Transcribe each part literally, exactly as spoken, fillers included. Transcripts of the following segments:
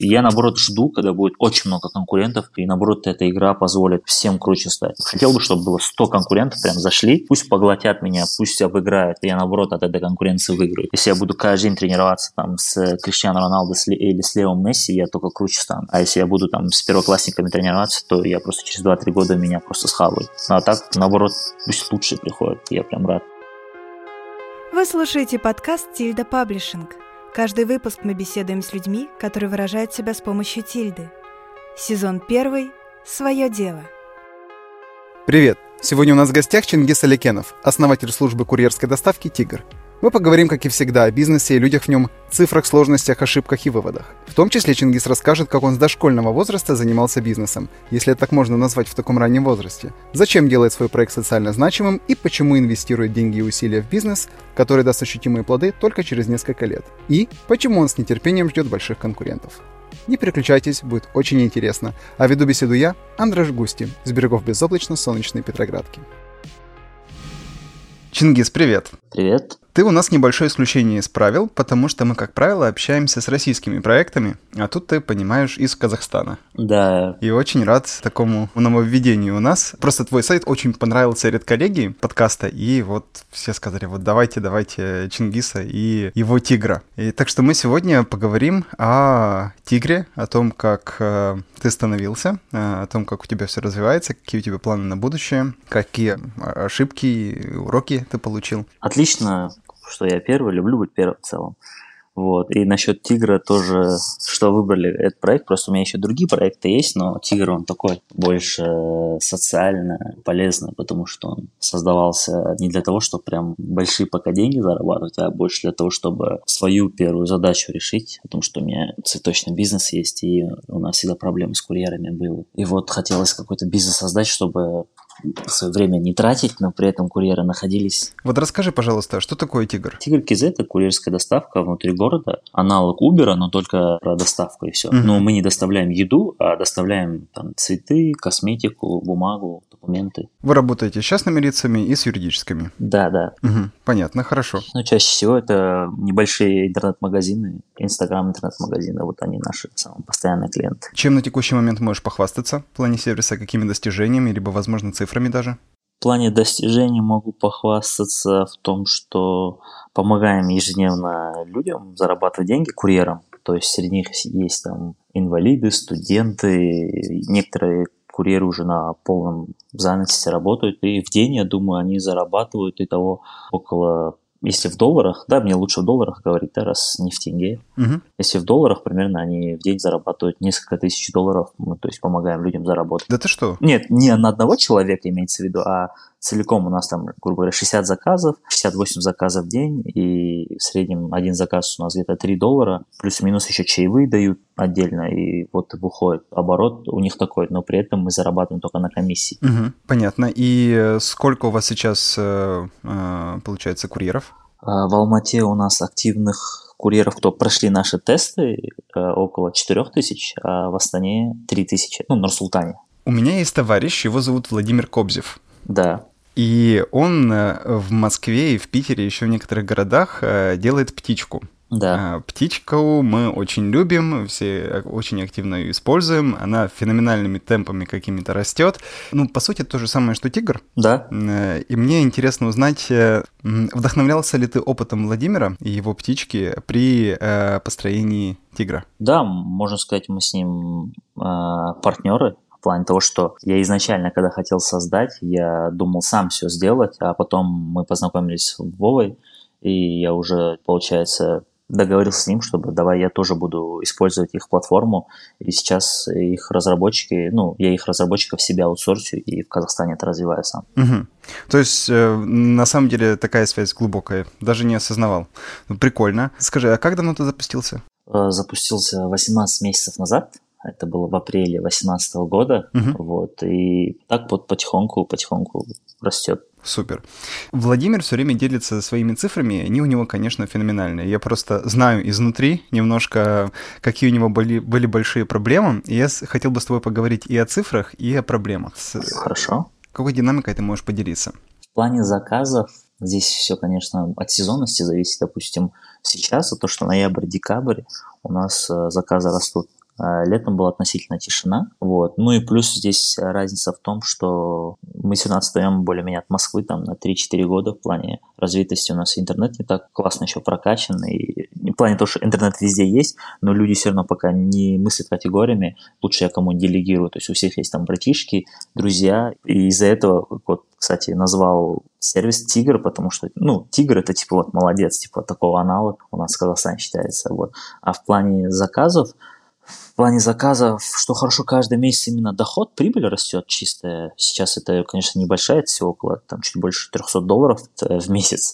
И я, наоборот, жду, когда будет очень много конкурентов, и, наоборот, эта игра позволит всем круче стать. Хотел бы, чтобы было сто конкурентов, прям зашли, пусть поглотят меня, пусть обыграют, и я, наоборот, от этой конкуренции выиграю. Если я буду каждый день тренироваться там с Криштиану Роналдо или с Лео Месси, я только круче стану. А если я буду там с первоклассниками тренироваться, то я просто через два-три года меня просто схаваю. Ну, а так, наоборот, пусть лучшие приходят, я прям рад. Вы слушаете подкаст «Тильда Паблишинг». Каждый выпуск мы беседуем с людьми, которые выражают себя с помощью тильды. Сезон первый. Свое дело. Привет! Сегодня у нас в гостях Чингис Алекенов, основатель службы курьерской доставки «Тигр». Мы поговорим, как и всегда, о бизнесе и людях в нем, цифрах, сложностях, ошибках и выводах. В том числе Чингис расскажет, как он с дошкольного возраста занимался бизнесом, если это так можно назвать в таком раннем возрасте, зачем делает свой проект социально значимым и почему инвестирует деньги и усилия в бизнес, который даст ощутимые плоды только через несколько лет. И почему он с нетерпением ждет больших конкурентов. Не переключайтесь, будет очень интересно. А веду беседу я, Андрей Густи, с берегов безоблачно-солнечной Петроградки. Чингис, привет! Привет! Ты у нас небольшое исключение из правил, потому что мы, как правило, общаемся с российскими проектами, а тут ты, понимаешь, из Казахстана. Да. И очень рад такому нововведению у нас. Просто твой сайт очень понравился редколлегии подкаста, и вот все сказали, вот давайте, давайте Чингиса и его тигра. И так что мы сегодня поговорим о тигре, о том, как э, ты становился, э, о том, как у тебя все развивается, какие у тебя планы на будущее, какие ошибки и уроки ты получил. Отлично, что я первый, люблю быть первым в целом. Вот. И насчет Тигра тоже, что выбрали этот проект, просто у меня еще другие проекты есть, но Тигр, он такой больше социально полезный, потому что он создавался не для того, чтобы прям большие пока деньги зарабатывать, а больше для того, чтобы свою первую задачу решить, потому что у меня цветочный бизнес есть, и у нас всегда проблемы с курьерами были. И вот хотелось какой-то бизнес создать, чтобы свое время не тратить, но при этом курьеры находились. Вот расскажи, пожалуйста, что такое Тигр? Тигр Кз – это курьерская доставка внутри города, аналог Uber, но только про доставку и все. Uh-huh. Но мы не доставляем еду, а доставляем там цветы, косметику, бумагу, документы. Вы работаете с частными лицами и с юридическими? Да, да. Угу. Понятно, хорошо. Ну, чаще всего это небольшие интернет-магазины, Инстаграм интернет-магазины, вот они наши самые постоянные клиенты. Чем на текущий момент можешь похвастаться в плане сервиса, какими достижениями, либо, возможно, цифрами даже? В плане достижений могу похвастаться в том, что помогаем ежедневно людям зарабатывать деньги, курьерам. То есть среди них есть там инвалиды, студенты, некоторые курьеры уже на полном занятости работают. И в день, я думаю, они зарабатывают и того около... Если в долларах, да, мне лучше в долларах говорить, да, раз не в тенге. Угу. Если в долларах, примерно они в день зарабатывают несколько тысяч долларов. Мы, то есть, помогаем людям заработать. Да ты что? Нет, не на одного человека имеется в виду, а целиком у нас там, грубо говоря, шестьдесят заказов, шестьдесят восемь заказов в день, и в среднем один заказ у нас где-то три доллара, плюс-минус еще чаевые дают отдельно, и вот выходит оборот у них такой, но при этом мы зарабатываем только на комиссии. Угу, понятно. И сколько у вас сейчас, получается, курьеров? В Алмате у нас активных курьеров, кто прошли наши тесты, около четыре тысячи, а в Астане три тысячи, ну, в Нур-Султане. У меня есть товарищ, его зовут Владимир Кобзев. Да. И он в Москве и в Питере, еще в некоторых городах делает птичку. Да. Птичку мы очень любим, все очень активно ее используем, она феноменальными темпами какими-то растет. Ну, по сути, то же самое, что тигр. Да. И мне интересно узнать, вдохновлялся ли ты опытом Владимира и его птички при построении тигра? Да, можно сказать, мы с ним партнеры. В плане того, что я изначально, когда хотел создать, я думал сам все сделать, а потом мы познакомились с Вовой, и я уже, получается, договорился с ним, чтобы давай я тоже буду использовать их платформу, и сейчас их разработчики, ну, я их разработчиков себя аутсорсю, и в Казахстане это развиваю сам. Угу. То есть, на самом деле, такая связь глубокая, даже не осознавал. Прикольно. Скажи, а как давно ты запустился? Запустился восемнадцать месяцев назад. Это было в апреле две тысячи восемнадцатого года, uh-huh. вот, и так вот потихоньку, потихоньку растет. Супер. Владимир все время делится своими цифрами, они у него, конечно, феноменальные. Я просто знаю изнутри немножко, какие у него были, были большие проблемы, и я хотел бы с тобой поговорить и о цифрах, и о проблемах. Хорошо. Какой динамикой ты можешь поделиться? В плане заказов здесь все, конечно, от сезонности зависит. Допустим, сейчас, то, что ноябрь-декабрь, у нас заказы растут Летом была относительно тишина. Вот. Ну и плюс здесь разница в том, что мы сюда отстаем более-менее от Москвы там, на три-четыре года в плане развитости. У нас интернет не так классно еще прокачан. И в плане того, что интернет везде есть, но люди все равно пока не мыслят категориями. Лучше я кому-нибудь делегирую. То есть у всех есть там братишки, друзья. И из-за этого, вот, кстати, назвал сервис Тигр, потому что, ну, Тигр это типа вот молодец, типа такого аналог у нас в Казахстане считается. Вот. А в плане заказов, в плане заказов, что хорошо, каждый месяц именно доход, прибыль растет чистая. Сейчас это, конечно, небольшая, это всего около там, чуть больше триста долларов в месяц.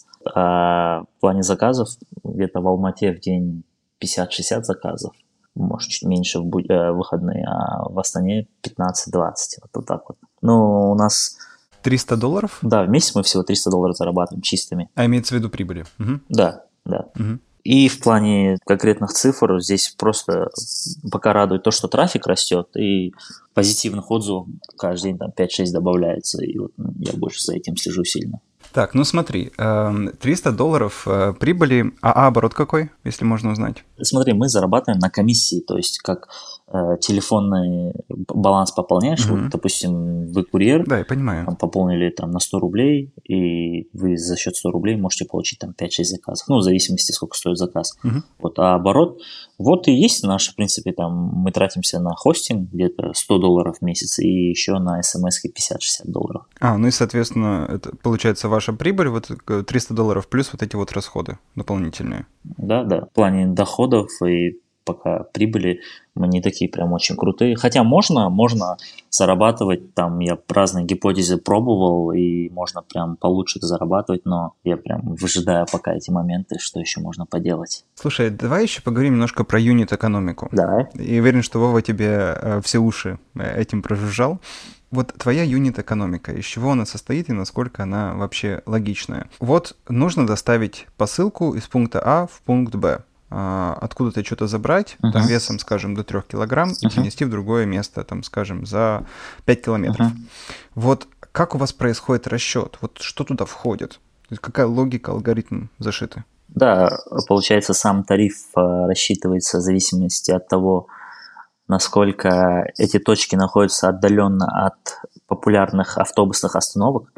А в плане заказов где-то в Алмате в день пятьдесят-шестьдесят заказов. Может, чуть меньше в буд- э, выходные, а в Астане пятнадцать-двадцать. Вот, вот так вот. Ну, у нас... триста долларов? Да, в месяц мы всего триста долларов зарабатываем чистыми. А имеется в виду прибыли? Угу. Да, да. Угу. И в плане конкретных цифр здесь просто пока радует то, что трафик растет, и позитивных отзывов каждый день там пять-шесть добавляется, и вот я больше за этим слежу сильно. Так, ну смотри, триста долларов прибыли, а оборот какой, если можно узнать? Смотри, мы зарабатываем на комиссии, то есть как э, телефонный баланс пополняешь, Mm-hmm. вот, допустим, вы курьер, да, я понимаю. Там, пополнили там на сто рублей, и вы за счет сто рублей можете получить там пять-шесть заказов, ну, в зависимости, сколько стоит заказ. Mm-hmm. Вот, а оборот, вот и есть наш, в принципе, там мы тратимся на хостинг где-то сто долларов в месяц, и еще на смс-ки пятьдесят-шестьдесят долларов. А, ну и, соответственно, это получается ваша прибыль, вот триста долларов плюс вот эти вот расходы дополнительные. Да, да, в плане доходов и пока прибыли мы не такие прям очень крутые. Хотя можно, можно зарабатывать, там я разные гипотезы пробовал, и можно прям получше зарабатывать, но я прям выжидаю пока эти моменты, что еще можно поделать. Слушай, давай еще поговорим немножко про юнит-экономику. Давай. И уверен, что Вова тебе все уши этим прожужжал. Вот твоя юнит-экономика, из чего она состоит и насколько она вообще логичная? Вот нужно доставить посылку из пункта А в пункт Б. Откуда-то что-то забрать, uh-huh. там весом, скажем, до трех килограмм, и uh-huh. перенести в другое место, там, скажем, за пять километров. Uh-huh. Вот как у вас происходит расчет? Вот что туда входит? То есть какая логика, алгоритм зашиты? Да, получается, сам тариф рассчитывается в зависимости от того, насколько эти точки находятся отдаленно от популярных автобусных остановок.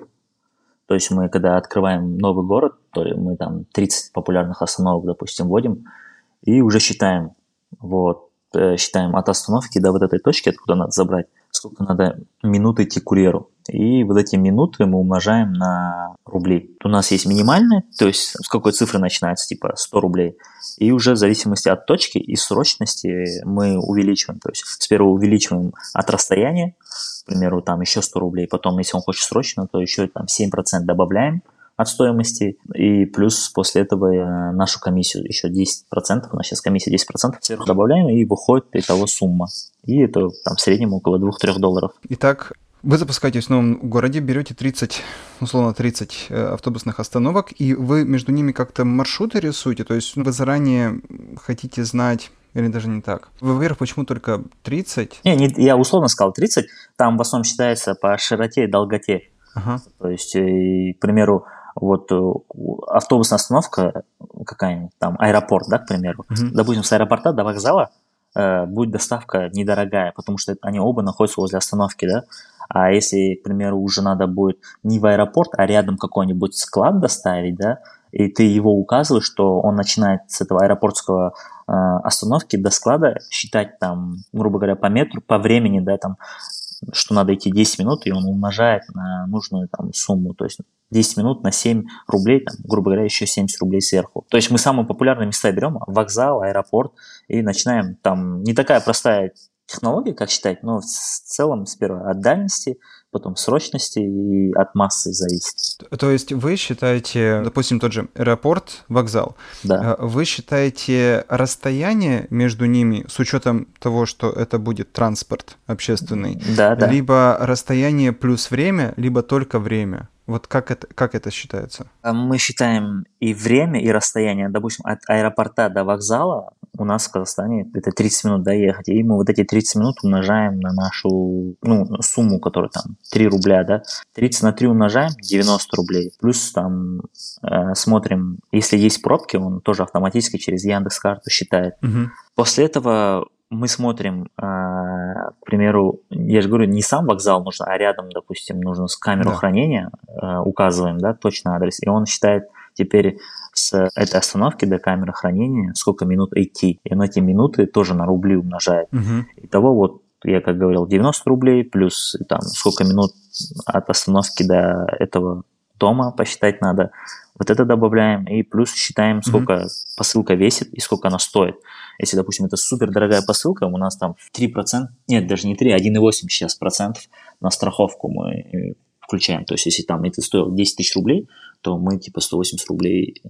То есть мы, когда открываем новый город, то мы там тридцать популярных остановок, допустим, вводим, и уже считаем, вот, считаем от остановки до вот этой точки, откуда надо забрать, сколько надо минут идти курьеру. И вот эти минуты мы умножаем на рубли. У нас есть минимальные, то есть с какой цифры начинается, типа сто рублей. И уже в зависимости от точки и срочности мы увеличиваем. То есть сперва увеличиваем от расстояния, к примеру, там еще сто рублей. Потом, если он хочет срочно, то еще там семь процентов добавляем от стоимости. И плюс после этого нашу комиссию еще десять процентов. У нас сейчас комиссия десять процентов сверху добавляем, и выходит итого сумма. И это там в среднем около два-три долларов. Итак, вы запускаетесь в новом городе, берете тридцать, условно тридцать э, автобусных остановок, и вы между ними как-то маршруты рисуете? То есть вы заранее хотите знать, или даже не так? Во-первых, почему только тридцать? Не, не, я условно сказал тридцать, там в основном считается по широте и долготе. Ага. То есть, и, к примеру, вот автобусная остановка какая-нибудь, там аэропорт, да, к примеру. Uh-huh. Допустим, с аэропорта до вокзала э, будет доставка недорогая, потому что они оба находятся возле остановки, да. А если, к примеру, уже надо будет не в аэропорт, а рядом какой-нибудь склад доставить, да, и ты его указываешь, что он начинает с этого аэропортского э, остановки до склада считать там, грубо говоря, по метру, по времени, да, там, что надо идти десять минут, и он умножает на нужную там сумму, то есть десять минут на семь рублей, там, грубо говоря, еще семьдесят рублей сверху. То есть мы самые популярные места берем, вокзал, аэропорт, и начинаем, там не такая простая технология, как считать, но в целом сперва от дальности, потом срочности и от массы зависит. То есть вы считаете, допустим, тот же аэропорт, вокзал, да. Вы считаете расстояние между ними с учетом того, что это будет транспорт общественный, да, да. либо расстояние плюс время, либо только время? Вот как это, как это считается? Мы считаем и время, и расстояние. Допустим, от аэропорта до вокзала у нас в Казахстане это тридцать минут доехать. И мы вот эти тридцать минут умножаем на нашу ну, сумму, которая там три рубля, да. тридцать на три умножаем, девяносто рублей. Плюс там э, смотрим, если есть пробки, он тоже автоматически через Яндекс.Карту считает. Угу. После этого мы смотрим, э, к примеру, я же говорю, не сам вокзал нужно, а рядом, допустим, нужно с камеру Да. хранения, э, указываем, да, точно адрес, и он считает теперь с этой остановки до камеры хранения сколько минут идти, и он эти минуты тоже на рубли умножает. Мгм. Итого вот, я как говорил, девяносто рублей плюс там сколько минут от остановки до этого дома посчитать надо, вот это добавляем, и плюс считаем, сколько mm-hmm. посылка весит и сколько она стоит. Если, допустим, это супер дорогая посылка, у нас там три процента, нет, даже не три, один и восемь сейчас процентов на страховку мы включаем. То есть, если там это стоило десять тысяч рублей, то мы типа сто восемьдесят рублей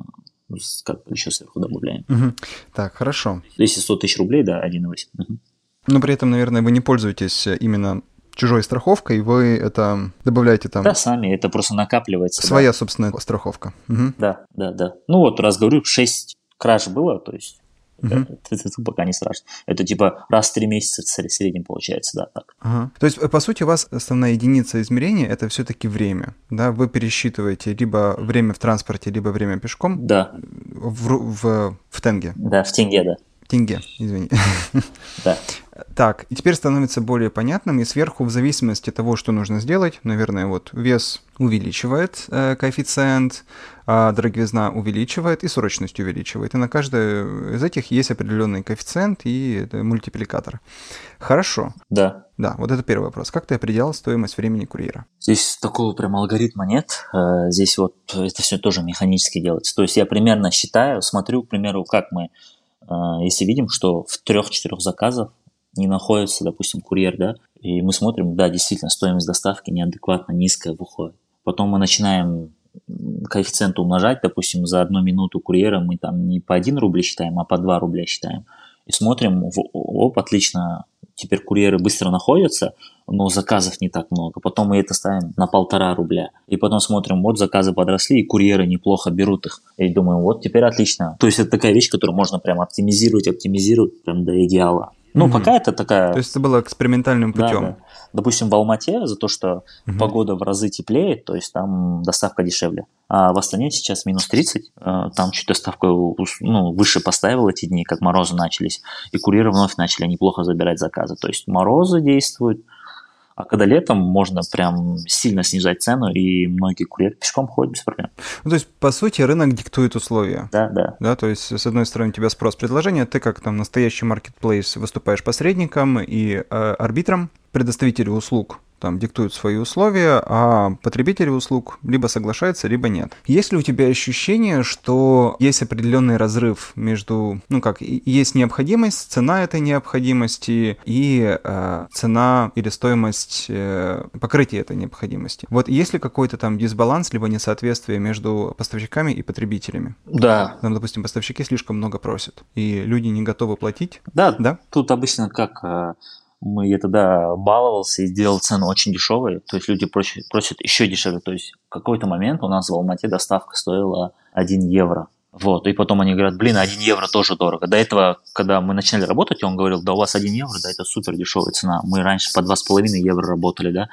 э, как еще сверху добавляем. Mm-hmm. Так, хорошо. Если сто тысяч рублей, да, один и восемь. Mm-hmm. Но при этом, наверное, вы не пользуетесь именно чужой страховкой, вы это добавляете там... Да, сами, это просто накапливается. Своя да. собственная страховка. Угу. Да, да, да. Ну вот, раз говорю, шесть краж было, то есть угу. это, это, это пока не страшно. Это типа раз в три месяца в среднем получается, да, так. Ага. То есть, по сути, у вас основная единица измерения – это все-таки время, да? Вы пересчитываете либо время в транспорте, либо время пешком да. в, в, в тенге. Да, в тенге, да. Тенге, извини. Да. Так, и теперь становится более понятным, и сверху, в зависимости от того, что нужно сделать, наверное, вот вес увеличивает э, коэффициент, а дороговизна увеличивает и срочность увеличивает. И на каждой из этих есть определенный коэффициент и мультипликатор. Хорошо. Да. Да, вот это первый вопрос. Как ты определял стоимость времени курьера? Здесь такого прям алгоритма нет. Здесь вот это все тоже механически делается. То есть я примерно считаю, смотрю, к примеру, как мы, если видим, что в трех-четырех заказах не находится, допустим, курьер, да, и мы смотрим, да, действительно, стоимость доставки неадекватно низкая выходит. Потом мы начинаем коэффициент умножать, допустим, за одну минуту курьера мы там не по один рубль считаем, а по два рубля считаем. И смотрим, оп, отлично, теперь курьеры быстро находятся, но заказов не так много. Потом мы это ставим на полтора рубля. И потом смотрим, вот заказы подросли, и курьеры неплохо берут их. И думаем, вот теперь отлично. То есть это такая вещь, которую можно прям оптимизировать, оптимизировать прям до идеала. Ну, mm-hmm. пока это такая... То есть это было экспериментальным путем. Да, да. Допустим, в Алмате за то, что mm-hmm. погода в разы теплее, то есть там доставка дешевле. А в Астане сейчас минус тридцать, там чуть доставка ну, выше поставила эти дни, как морозы начались, и курьеры вновь начали неплохо забирать заказы. То есть морозы действуют, а когда летом можно прям сильно снижать цену, и многие курьеры пешком ходят без проблем. Ну, то есть, по сути, рынок диктует условия. Да, да. Да, то есть, с одной стороны, у тебя спрос-предложение, ты как там настоящий маркетплейс выступаешь посредником и э, арбитром, предоставители услуг там диктуют свои условия, а потребители услуг либо соглашаются, либо нет. Есть ли у тебя ощущение, что есть определенный разрыв между, ну как, есть необходимость, цена этой необходимости и э, цена или стоимость э, покрытия этой необходимости? Вот есть ли какой-то там дисбаланс, либо несоответствие между поставщиками и потребителями? Да. Там, допустим, поставщики слишком много просят, и люди не готовы платить? Да, да? Тут обычно как... Мы, я тогда баловался и сделал цену очень дешевой, то есть люди просят, просят еще дешевле, то есть в какой-то момент у нас в Алмате доставка стоила один евро, вот, и потом они говорят, блин, один евро тоже дорого. До этого, когда мы начинали работать, он говорил, да у вас один евро, да это супер дешевая цена, мы раньше по два с половиной евро работали, да,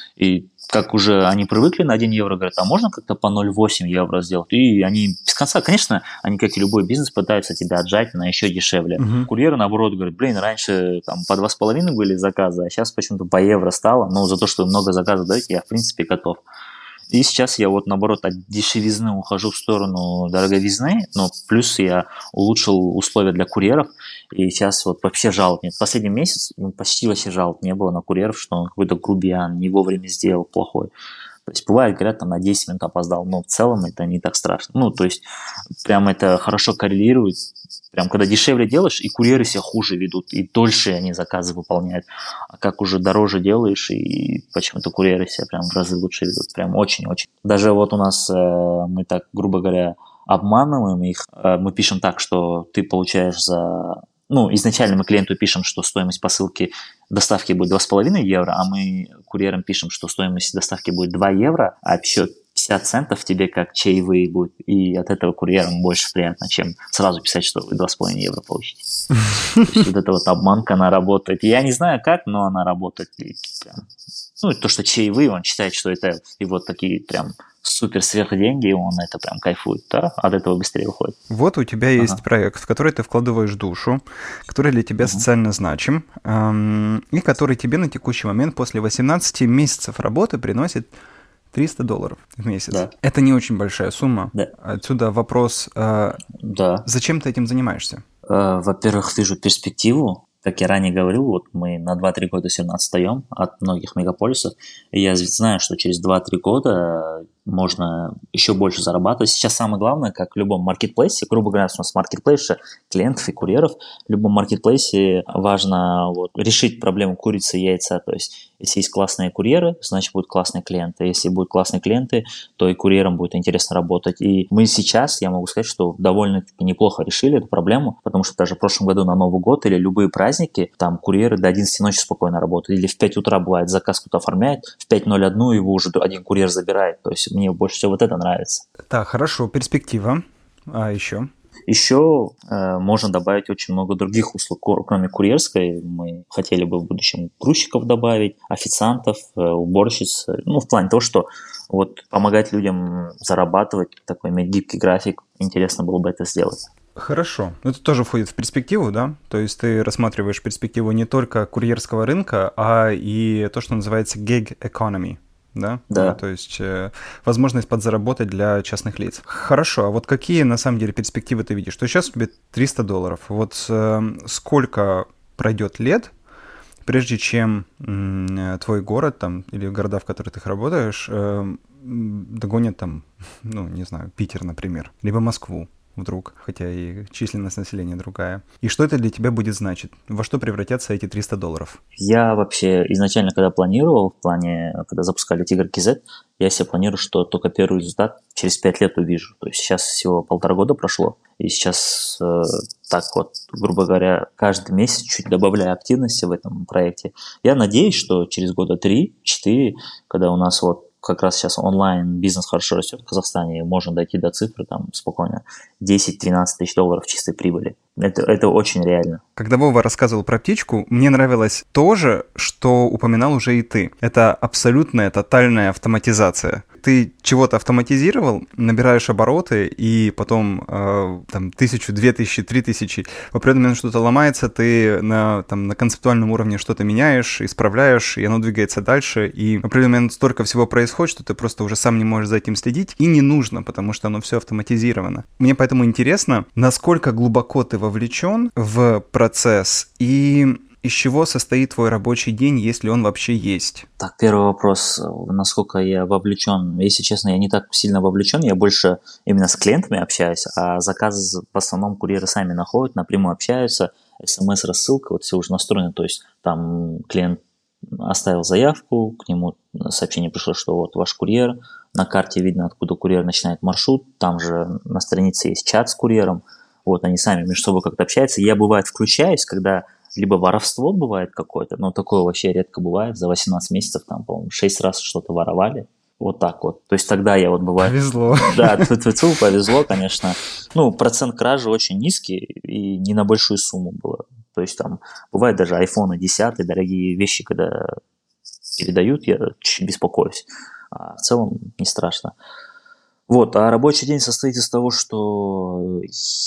и как уже они привыкли на один евро, говорят, а можно как-то по ноль целых восемь евро сделать? И они без конца, конечно, они, как и любой бизнес, пытаются тебя отжать на еще дешевле. Uh-huh. Курьеры, наоборот, говорят, блин, раньше там по два с половиной были заказы, а сейчас почему-то по евро стало, но за то, что вы много заказов даете, я, в принципе, готов. И сейчас я вот, наоборот, от дешевизны ухожу в сторону дороговизны, но плюс я улучшил условия для курьеров, и сейчас вот вообще жалоб нет. Последний месяц ну, почти вообще жалоб не было на курьеров, что он какой-то грубиян, не вовремя сделал, плохой. То есть бывает, говорят, там на десять минут опоздал, но в целом это не так страшно. Ну, то есть прям это хорошо коррелирует. Прям когда дешевле делаешь, и курьеры себя хуже ведут, и дольше они заказы выполняют. А как уже дороже делаешь, и почему-то курьеры себя прям в разы лучше ведут. Прям очень-очень. Даже вот у нас э, мы так, грубо говоря, обманываем их. Э, мы пишем так, что ты получаешь за... Ну, изначально мы клиенту пишем, что стоимость посылки доставки будет два с половиной евро, а мы курьерам пишем, что стоимость доставки будет два евро, а еще пятьдесят центов тебе как чаевые будет. И от этого курьерам больше приятно, чем сразу писать, что вы два с половиной евро получите. То есть вот эта вот обманка, она работает. Я не знаю как, но она работает. И прям ну, то, что чаевые, он считает, что это его такие прям супер сверхденьги, и он это прям кайфует, да, от этого быстрее уходит. Вот у тебя есть Ага. проект, в который ты вкладываешь душу, который для тебя Мгм. социально значим, эм, и который тебе на текущий момент после восемнадцати месяцев работы приносит триста долларов в месяц. Да. Это не очень большая сумма. Да. Отсюда вопрос, э, Да. зачем ты этим занимаешься? Э, Во-первых, вижу перспективу. Как я ранее говорил, вот мы на два-три года все равно отстаем от многих мегаполисов. И я знаю, что через два-три года можно еще больше зарабатывать. Сейчас самое главное, как в любом маркетплейсе, грубо говоря, у нас маркетплейс клиентов и курьеров, в любом маркетплейсе важно вот, решить проблему курицы и яйца. То есть, если есть классные курьеры, значит, будут классные клиенты. Если будут классные клиенты, то и курьерам будет интересно работать. И мы сейчас, я могу сказать, что довольно-таки неплохо решили эту проблему, потому что даже в прошлом году на Новый год или любые праздники, там курьеры до одиннадцати ночи спокойно работают. Или в пять утра бывает заказ кто-то оформляет, в пять ноль один его уже один курьер забирает. То есть мне больше всего вот это нравится. Так, хорошо, перспектива. А еще? Еще э, можно добавить очень много других услуг, кроме курьерской. Мы хотели бы в будущем грузчиков добавить, официантов, э, уборщиц. Ну, в плане того, что вот помогать людям зарабатывать, такой иметь гибкий график. Интересно было бы это сделать. Хорошо. Это тоже входит в перспективу, да? То есть ты рассматриваешь перспективу не только курьерского рынка, а и то, что называется gig economy. Да? Да. Ну, то есть э, возможность подзаработать для частных лиц. Хорошо, а вот какие на самом деле перспективы ты видишь? То есть сейчас тебе триста долларов. Вот э, сколько пройдет лет, прежде чем э, твой город там, или города, в которых ты работаешь, э, догонят там, ну, не знаю, Питер, например, либо Москву вдруг, хотя и численность населения другая. И что это для тебя будет значить? Во что превратятся эти триста долларов? Я вообще изначально, когда планировал, в плане, когда запускали Tiger кей зет, я себе планирую, что только первый результат через пять лет увижу. То есть сейчас всего полтора года прошло, и сейчас э, так вот, грубо говоря, каждый месяц чуть добавляю активности в этом проекте. Я надеюсь, что через года три-четыре, когда у нас вот как раз сейчас онлайн бизнес хорошо растет в Казахстане, можно дойти до цифры там спокойно десять-двенадцать тысяч долларов чистой прибыли. Это, это очень реально. Когда Вова рассказывал про птичку, мне нравилось то же, что упоминал уже и ты. Это абсолютная, тотальная автоматизация. Ты чего-то автоматизировал, набираешь обороты, и потом э, там тысячу, две тысячи, три тысячи, в определенный момент что-то ломается, ты на, там, на концептуальном уровне что-то меняешь, исправляешь, и оно двигается дальше, и в определенный момент столько всего происходит, что ты просто уже сам не можешь за этим следить, и не нужно, потому что оно все автоматизировано. Мне поэтому интересно, насколько глубоко ты вовлечен в процесс, и из чего состоит твой рабочий день, если он вообще есть? Так, первый вопрос, насколько я вовлечен. Если честно, я не так сильно вовлечен, я больше именно с клиентами общаюсь, а заказы в основном курьеры сами находят, напрямую общаются, смс-рассылка, вот все уже настроено, то есть там клиент оставил заявку, к нему сообщение пришло, что вот ваш курьер, на карте видно, откуда курьер начинает маршрут, там же на странице есть чат с курьером, вот они сами между собой как-то общаются. Я, бывает, включаюсь, когда либо воровство бывает какое-то, но такое вообще редко бывает, за восемнадцать месяцев там, по-моему, шесть раз что-то воровали, вот так вот. То есть тогда я вот бывает... Повезло. Да, тьфу-тьфу-тьфу, повезло, конечно. Ну, процент кражи очень низкий и не на большую сумму было. То есть там бывает даже айфон десять, дорогие вещи, когда передают, я чуть беспокоюсь. А в целом не страшно. Вот, а рабочий день состоит из того, что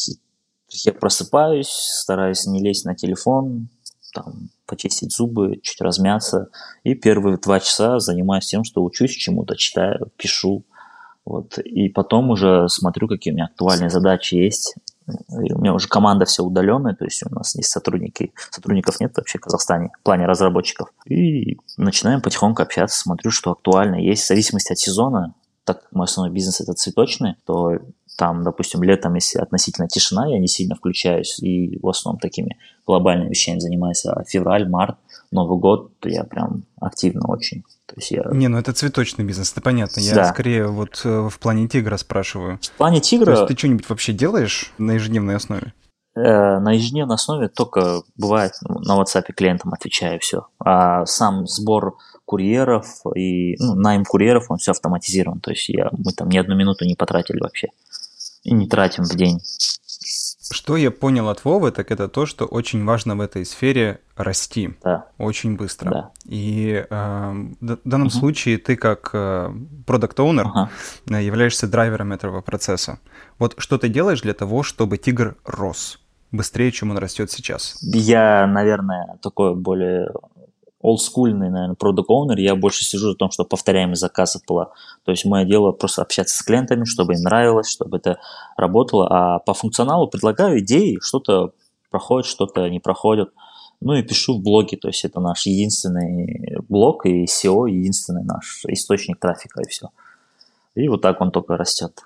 я просыпаюсь, стараюсь не лезть на телефон, там, почистить зубы, чуть размяться. И первые два часа занимаюсь тем, что учусь чему-то, читаю, пишу. Вот. И потом уже смотрю, какие у меня актуальные задачи есть. И у меня уже команда вся удаленная, то есть у нас есть сотрудники, сотрудников нет вообще в Казахстане в плане разработчиков. И начинаем потихоньку общаться, смотрю, что актуально есть в зависимости от сезона. Так как мой основной бизнес это цветочный, то там, допустим, летом, если относительно тишина, я не сильно включаюсь и в основном такими глобальными вещами занимаюсь. А февраль, март, Новый год, то я прям активно очень. То есть я... Не, ну это цветочный бизнес, это понятно. Я Да. скорее вот в плане тигра спрашиваю. В плане тигра... То есть ты что-нибудь вообще делаешь на ежедневной основе? Э, на ежедневной основе только бывает на WhatsApp клиентам отвечаю все. А сам сбор курьеров и ну, найм курьеров, он все автоматизирован. То есть я, мы там ни одну минуту не потратили вообще. И не тратим в день. Что я понял от Вовы, так это то, что очень важно в этой сфере расти Да. очень быстро. Да. И э, в данном Мгм. случае ты как продакт-оунер Ага. являешься драйвером этого процесса. Вот что ты делаешь для того, чтобы Тигр рос быстрее, чем он растет сейчас? Я, наверное, такой более олдскульный, наверное, продакт-оунер. Я больше сижу за том, чтобы повторяемость заказов была. То есть мое дело просто общаться с клиентами, чтобы им нравилось, чтобы это работало. А по функционалу предлагаю идеи, что-то проходит, что-то не проходит. Ну и пишу в блоге, то есть это наш единственный блог и сео, единственный наш источник трафика, и все. И вот так он только растет.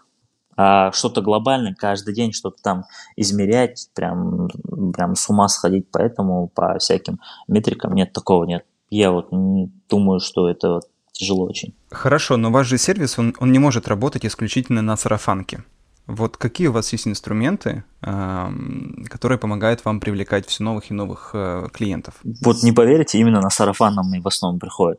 А что-то глобальное, каждый день что-то там измерять, прям, прям с ума сходить, поэтому по всяким метрикам нет, такого нет. Я вот думаю, что это вот тяжело очень. Хорошо, но ваш же сервис, он, он не может работать исключительно на сарафанке. Вот какие у вас есть инструменты, э, которые помогают вам привлекать все новых и новых э, клиентов? Вот не поверите, именно на сарафанном и в основном приходят.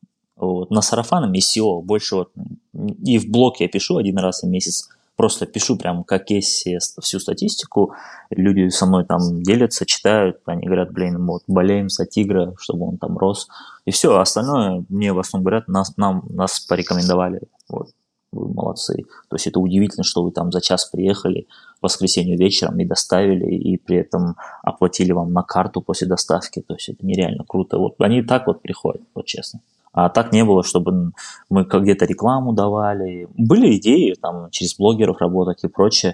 Вот. На сарафанном и сео больше вот. И в блог я пишу один раз в месяц. Просто пишу прям как есть всю статистику. Люди со мной там делятся, читают. Они говорят, блин, вот болеем за Тигра, чтобы он там рос. И все, остальное мне в основном говорят, нас, нам, нас порекомендовали. Вот. Вы молодцы. То есть это удивительно, что вы там за час приехали в воскресенье вечером и доставили, и при этом оплатили вам на карту после доставки. То есть это нереально круто. Вот они так вот приходят, вот честно. А так не было, чтобы мы где-то рекламу давали. Были идеи там через блогеров работать и прочее,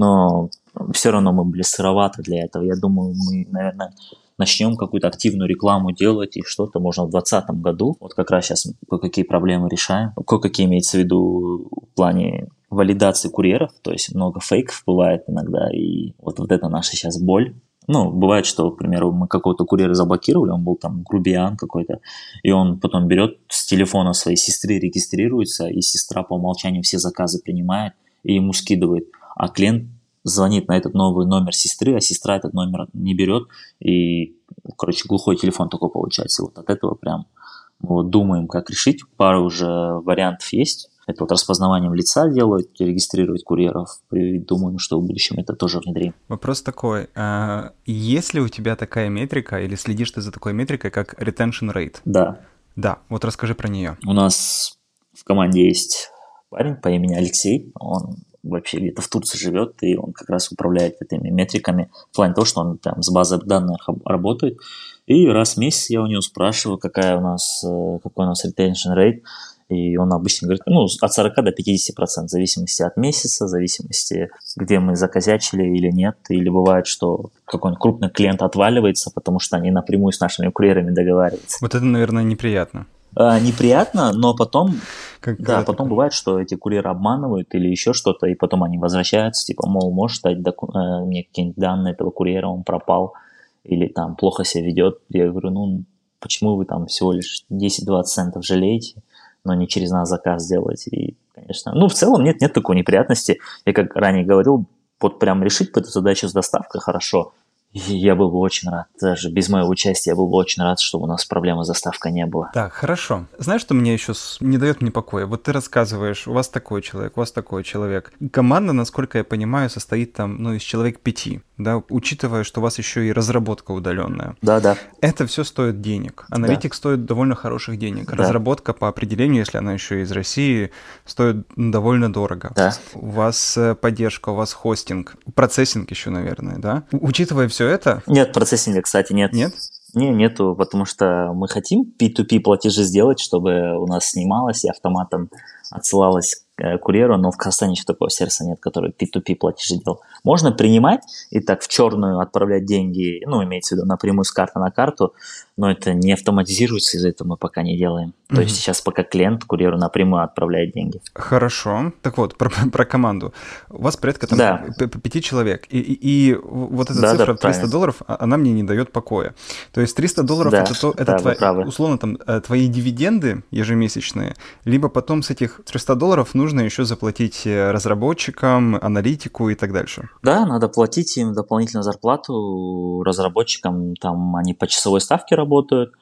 но все равно мы были сыроваты для этого. Я думаю, мы, наверное, начнем какую-то активную рекламу делать и что-то можно в двадцатом году. Вот как раз сейчас кое-какие проблемы решаем. Кое-какие имеется в виду в плане валидации курьеров, то есть много фейков бывает иногда, и вот, вот это наша сейчас боль. Ну, бывает, что, к примеру, мы какого-то курьера заблокировали, он был там грубиян какой-то, и он потом берет с телефона своей сестры, регистрируется, и сестра по умолчанию все заказы принимает и ему скидывает. А клиент звонит на этот новый номер сестры, а сестра этот номер не берет, и, короче, глухой телефон такой получается. Вот от этого прям вот думаем, как решить. Пара уже вариантов есть. Это вот распознаванием лица делать, регистрировать курьеров. И думаем, что в будущем это тоже внедрим. Вопрос такой. А есть ли у тебя такая метрика, или следишь ты за такой метрикой, как retention rate? Да. Да, вот расскажи про нее. У нас в команде есть парень по имени Алексей. Он вообще где-то в Турции живет, и он как раз управляет этими метриками. В плане того, что он прям с базой данных работает. И раз в месяц я у него спрашиваю, какая у нас, какой у нас retention rate. И он обычно говорит, ну, от сорока до пятидесяти процентов, в зависимости от месяца, в зависимости, где мы закозячили или нет. Или бывает, что какой-нибудь крупный клиент отваливается, потому что они напрямую с нашими курьерами договариваются. Вот это, наверное, неприятно. А, неприятно, но потом, как, да, потом такое? Бывает, что эти курьеры обманывают или еще что-то, и потом они возвращаются, типа, мол, можешь дать доку- э, мне какие-нибудь данные этого курьера, он пропал, или там плохо себя ведет. Я говорю, ну, почему вы там всего лишь десять-двадцать центов жалеете, но не через нас заказ делать. И, конечно, ну, в целом нет, нет такой неприятности. Я, как ранее говорил, вот прям решить эту задачу с доставкой хорошо. И я был бы очень рад, даже без моего участия, я был бы очень рад, чтобы у нас проблемы с доставкой не было. Так, хорошо. Знаешь, что мне еще не дает мне покоя? Вот ты рассказываешь, у вас такой человек, у вас такой человек. Команда, насколько я понимаю, состоит там, ну, из человек пяти, да, учитывая, что у вас еще и разработка удаленная. Да, да. Это все стоит денег. Аналитик да. стоит довольно хороших денег. Да. Разработка по определению, если она еще из России, стоит довольно дорого. Да. У вас поддержка, у вас хостинг, процессинг еще, наверное, да? Учитывая все это... Нет, процессинга, кстати, нет. Нет? Не, нету, потому что мы хотим пи ту пи платежи сделать, чтобы у нас снималось и автоматом отсылалось к курьеру, но в Казахстане еще такого сервиса нет, который пи ту пи платежи делал. Можно принимать и так в черную отправлять деньги, ну, имеется в виду напрямую с карты на карту, но это не автоматизируется, из-за этого мы пока не делаем. Mm-hmm. То есть сейчас пока клиент курьеру напрямую отправляет деньги. Хорошо. Так вот, про, про команду. У вас порядка там да. пяти человек, и, и, и вот эта да, цифра да, триста долларов, она мне не дает покоя. То есть триста долларов да, это, то, это да, твои, условно там твои дивиденды ежемесячные, либо потом с этих триста долларов нужно еще заплатить разработчикам, аналитику и так дальше. Да, надо платить им дополнительную зарплату разработчикам, там они по часовой ставке работают,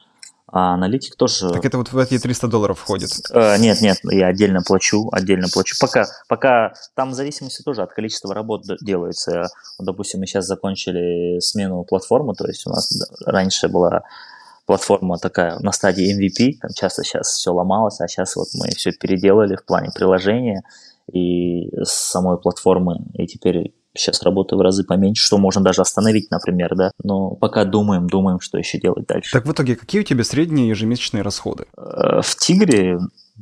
А аналитик тоже... Так это вот в эти триста долларов входит? Э, нет, нет, я отдельно плачу, отдельно плачу. Пока, пока там в зависимости тоже от количества работ делается. Допустим, мы сейчас закончили смену платформы, то есть у нас раньше была платформа такая на стадии эм ви пи, там часто сейчас все ломалось, а сейчас вот мы все переделали в плане приложения и самой платформы, и теперь сейчас работаю в разы поменьше, что можно даже остановить, например, да, но пока думаем, думаем, что еще делать дальше. Так в итоге какие у тебя средние ежемесячные расходы? В Тигре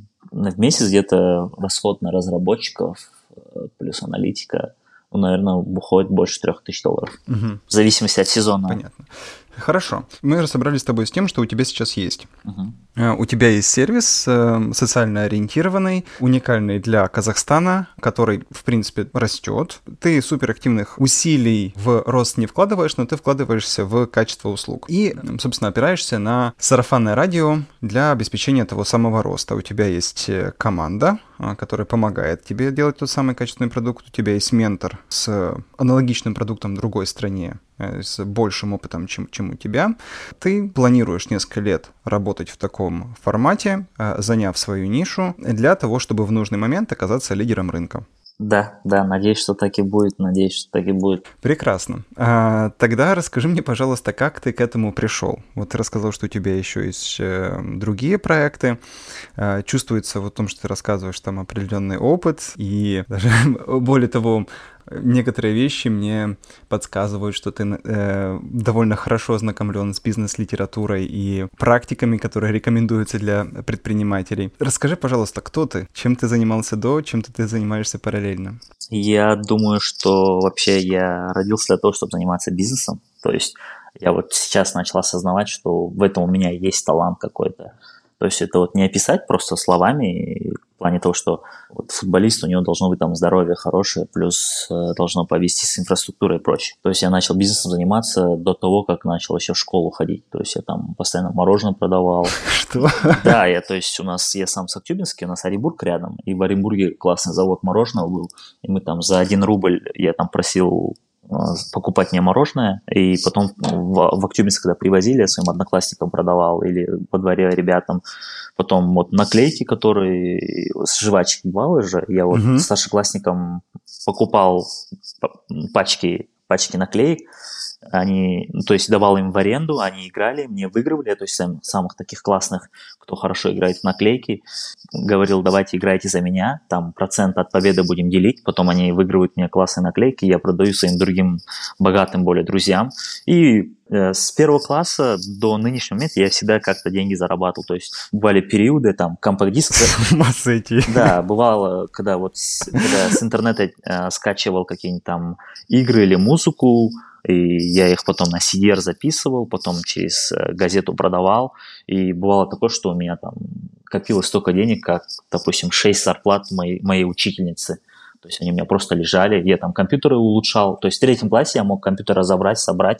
в месяц где-то расход на разработчиков плюс аналитика, ну, наверное, уходит больше трех тысяч долларов, угу. В зависимости от сезона. Понятно. Хорошо. Мы разобрались с тобой с тем, что у тебя сейчас есть. Uh-huh. У тебя есть сервис э, социально ориентированный, уникальный для Казахстана, который, в принципе, растет. Ты суперактивных усилий в рост не вкладываешь, но ты вкладываешься в качество услуг. И, собственно, опираешься на сарафанное радио для обеспечения того самого роста. У тебя есть команда, которая помогает тебе делать тот самый качественный продукт. У тебя есть ментор с аналогичным продуктом в другой стране, с большим опытом, чем, чем у тебя. Ты планируешь несколько лет работать в таком формате, заняв свою нишу, для того, чтобы в нужный момент оказаться лидером рынка. Да, да, надеюсь, что так и будет, надеюсь, что так и будет. Прекрасно. А, тогда расскажи мне, пожалуйста, как ты к этому пришел? Вот ты рассказал, что у тебя еще есть э, другие проекты. А, чувствуется в том, что ты рассказываешь там определенный опыт, и даже более того, некоторые вещи мне подсказывают, что ты э, довольно хорошо ознакомлен с бизнес-литературой и практиками, которые рекомендуются для предпринимателей. Расскажи, пожалуйста, кто ты? Чем ты занимался до, чем ты занимаешься параллельно? Я думаю, что вообще я родился для того, чтобы заниматься бизнесом. То есть я вот сейчас начал осознавать, что в этом у меня есть талант какой-то. То есть это вот не описать просто словами, в плане того, что вот футболист, у него должно быть там здоровье хорошее, плюс э, должно повести с инфраструктурой и прочее. То есть я начал бизнесом заниматься до того, как начал еще в школу ходить. То есть я там постоянно мороженое продавал. Что? Да, я, то есть у нас, я сам с Актюбинска, у нас Оренбург рядом, и в Оренбурге классный завод мороженого был, и мы там за один рубль, я там просил покупать мне мороженое, и потом в, в Актюбинск, когда привозили, я своим одноклассникам продавал, или во дворе ребятам. Потом вот наклейки, которые с жвачек бывало же, я вот uh-huh. старшеклассникам покупал пачки, пачки наклеек, они, то есть давал им в аренду, они играли, мне выигрывали, то есть сам, самых таких классных, кто хорошо играет в наклейки, говорил, давайте играйте за меня, там процент от победы будем делить, потом они выигрывают мне классные наклейки, я продаю своим другим богатым более друзьям, и э, с первого класса до нынешнего момента я всегда как-то деньги зарабатывал, то есть бывали периоды, там, компакт-диск... Масса идти. Да, бывало, когда вот когда с интернета э, скачивал какие-нибудь там игры или музыку, и я их потом на си ди ар записывал, потом через газету продавал, и бывало такое, что у меня там копилось столько денег, как, допустим, шесть зарплат моей, моей учительницы. То есть они у меня просто лежали, я там компьютеры улучшал. То есть в третьем классе я мог компьютер разобрать, собрать,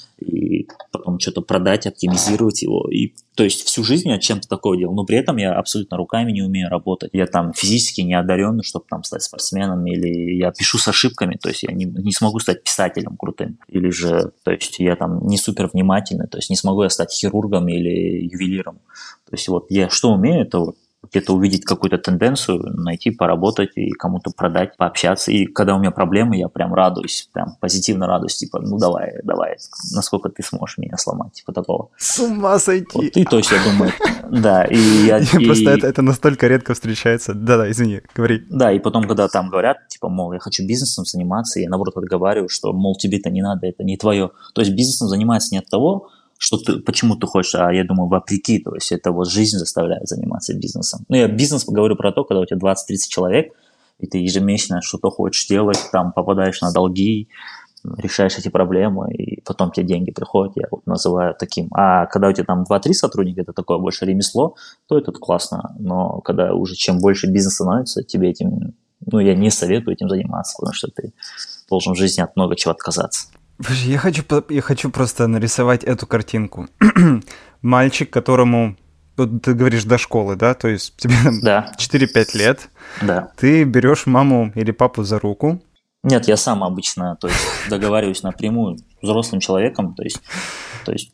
и потом что-то продать, оптимизировать его. И, то есть всю жизнь я чем-то такое делал, но при этом я абсолютно руками не умею работать. Я там физически не одаренный, чтобы там стать спортсменом, или я пишу с ошибками, то есть я не, не смогу стать писателем крутым. Или же, то есть я там не супер внимательный, то есть не смогу я стать хирургом или ювелиром. То есть вот я что умею, это вот где-то увидеть какую-то тенденцию, найти, поработать и кому-то продать, пообщаться. И когда у меня проблемы, я прям радуюсь, прям позитивно радуюсь, типа, ну давай, давай, насколько ты сможешь меня сломать, типа такого. С ума сойти! Вот, и то есть я думаю, да, и я... Просто это, это настолько редко встречается. Да-да, извини, говори. Да, и потом, когда там говорят, типа, мол, я хочу бизнесом заниматься, я наоборот отговариваю, что, мол, тебе это не надо, это не твое. То есть бизнесом занимается не от того, что ты, почему ты хочешь, а я думаю, вопреки, то есть это вот жизнь заставляет заниматься бизнесом. Ну, я бизнес поговорю про то, когда у тебя двадцать-тридцать человек, и ты ежемесячно что-то хочешь делать, там попадаешь на долги, решаешь эти проблемы, и потом тебе деньги приходят, я вот называю таким. А когда у тебя там два-три сотрудника, это такое больше ремесло, то это классно, но когда уже чем больше бизнес становится, тебе этим, ну, я не советую этим заниматься, потому что ты должен в жизни от много чего отказаться. Я хочу, я хочу просто нарисовать эту картинку. Мальчик, которому, вот ты говоришь, до школы, да? То есть тебе там да. четыре-пять лет. Да. Ты берешь маму или папу за руку. Нет, я сам обычно, то есть договариваюсь напрямую с взрослым человеком, то есть, то есть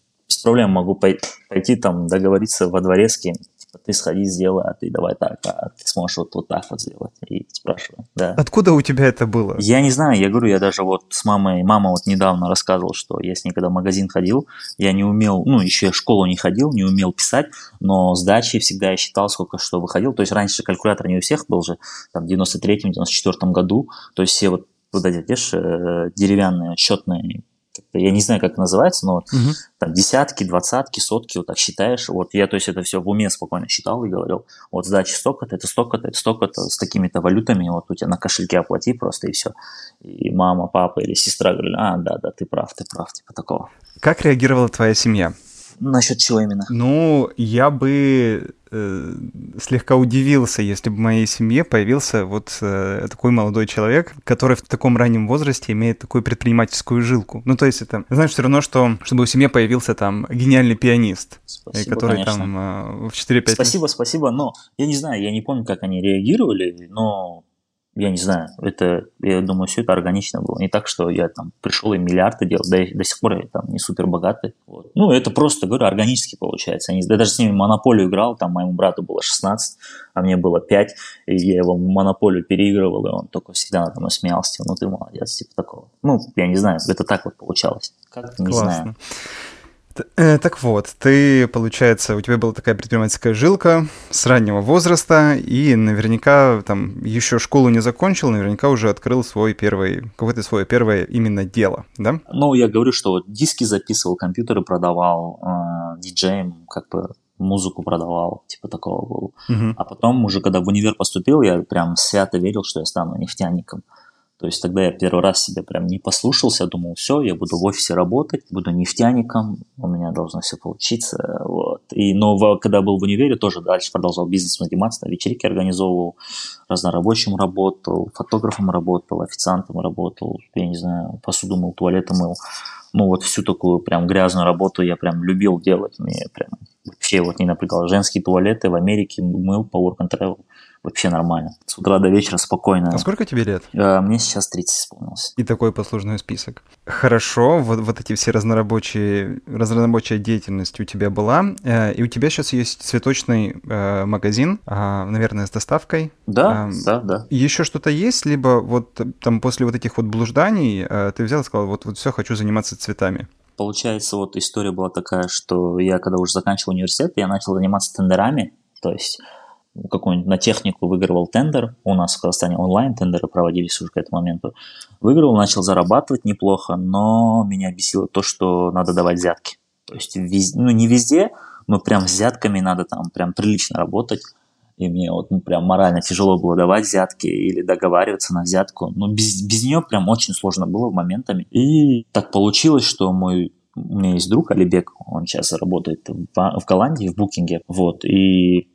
проблем могу пой- пойти там договориться во дворе с кем. Типа, ты сходи, сделай, а ты давай так, а ты сможешь вот, вот так вот сделать. И спрашиваю, да. Откуда у тебя это было? Я не знаю, я говорю, я даже вот с мамой, мама вот недавно рассказывала, что я с ней когда в магазин ходил, я не умел, ну, еще я в школу не ходил, не умел писать, но сдачи всегда я считал, сколько что выходил. То есть раньше калькулятор не у всех был же, там, в девяносто третьем, девяносто четвёртом году, то есть все вот, вот эти, видишь, деревянные, счетные, я не знаю, как это называется, но Угу. там десятки, двадцатки, сотки, вот так считаешь. Вот я, то есть, это все в уме спокойно считал и говорил, вот сдачи столько-то, это столько-то, это столько-то, с такими-то валютами, вот у тебя на кошельке оплати просто и все. И мама, папа или сестра говорили, а, да-да, ты прав, ты прав, типа такого. Как реагировала твоя семья? Насчет чего именно? Ну, я бы э, слегка удивился, если бы в моей семье появился вот э, такой молодой человек, который в таком раннем возрасте имеет такую предпринимательскую жилку. Ну, то есть это, знаешь, все равно, что чтобы в семье появился там гениальный пианист, Спасибо, который конечно. там э, в четыре-пять лет. Спасибо, спасибо, но я не знаю, я не помню, как они реагировали, но я не знаю, это, я думаю, все это органично было. Не так, что я там пришел и миллиарды делал, да и до сих пор я там не супер богатый. Вот. Ну, это просто, говорю, органически получается. Они, я даже с ними в монополию играл, там моему брату было шестнадцать, а мне было пять, и я его в монополию переигрывал, и он только всегда надо мной смеялся, типа, ну ты молодец, типа такого. Ну, я не знаю, это так вот получалось. Как, не Классно. знаю. Э, Так вот, ты, получается, у тебя была такая предпринимательская жилка с раннего возраста, и наверняка там еще школу не закончил, наверняка уже открыл свой первый, какое-то свое первое именно дело, да? Ну, я говорю, что вот диски записывал, компьютеры продавал, э, диджеем как бы музыку продавал, типа такого был. Мгм. А потом уже, когда в универ поступил, я прям свято верил, что я стану нефтяником. То есть тогда я первый раз себя прям не послушался, думал, все, я буду в офисе работать, буду нефтяником, у меня должно все получиться, вот. И, но в- когда был в универе, тоже дальше продолжал бизнесом заниматься, вечеринки организовывал, разнорабочим работал, фотографом работал, официантом работал, я не знаю, посуду мыл, туалеты мыл. Ну вот всю такую прям грязную работу я прям любил делать, мне прям вообще вот не напрягало. Женские туалеты в Америке мыл по work and travel. Вообще нормально. С утра до вечера спокойно. А сколько тебе лет? Э, Мне сейчас тридцать исполнилось. И такой послужной список. Хорошо, вот, вот эти все разнорабочие, разнорабочая деятельность у тебя была, э, и у тебя сейчас есть цветочный э, магазин, э, наверное, с доставкой. Да, Эм, да, да. Еще что-то есть, либо вот э, там после вот этих вот блужданий э, ты взял и сказал, вот, вот все, хочу заниматься цветами. Получается, вот история была такая, что я когда уже заканчивал университет, я начал заниматься тендерами, то есть какую-нибудь на технику выигрывал тендер, у нас в Казахстане онлайн тендеры проводились уже к этому моменту, выигрывал, начал зарабатывать неплохо, но меня бесило то, что надо давать взятки, то есть вез... ну не везде, но прям взятками надо там прям прилично работать, и мне вот ну, прям морально тяжело было давать взятки или договариваться на взятку, но без, без нее прям очень сложно было моментами, и так получилось, что мой у меня есть друг Алибек, он сейчас работает в, в Голландии, в букинге, вот, и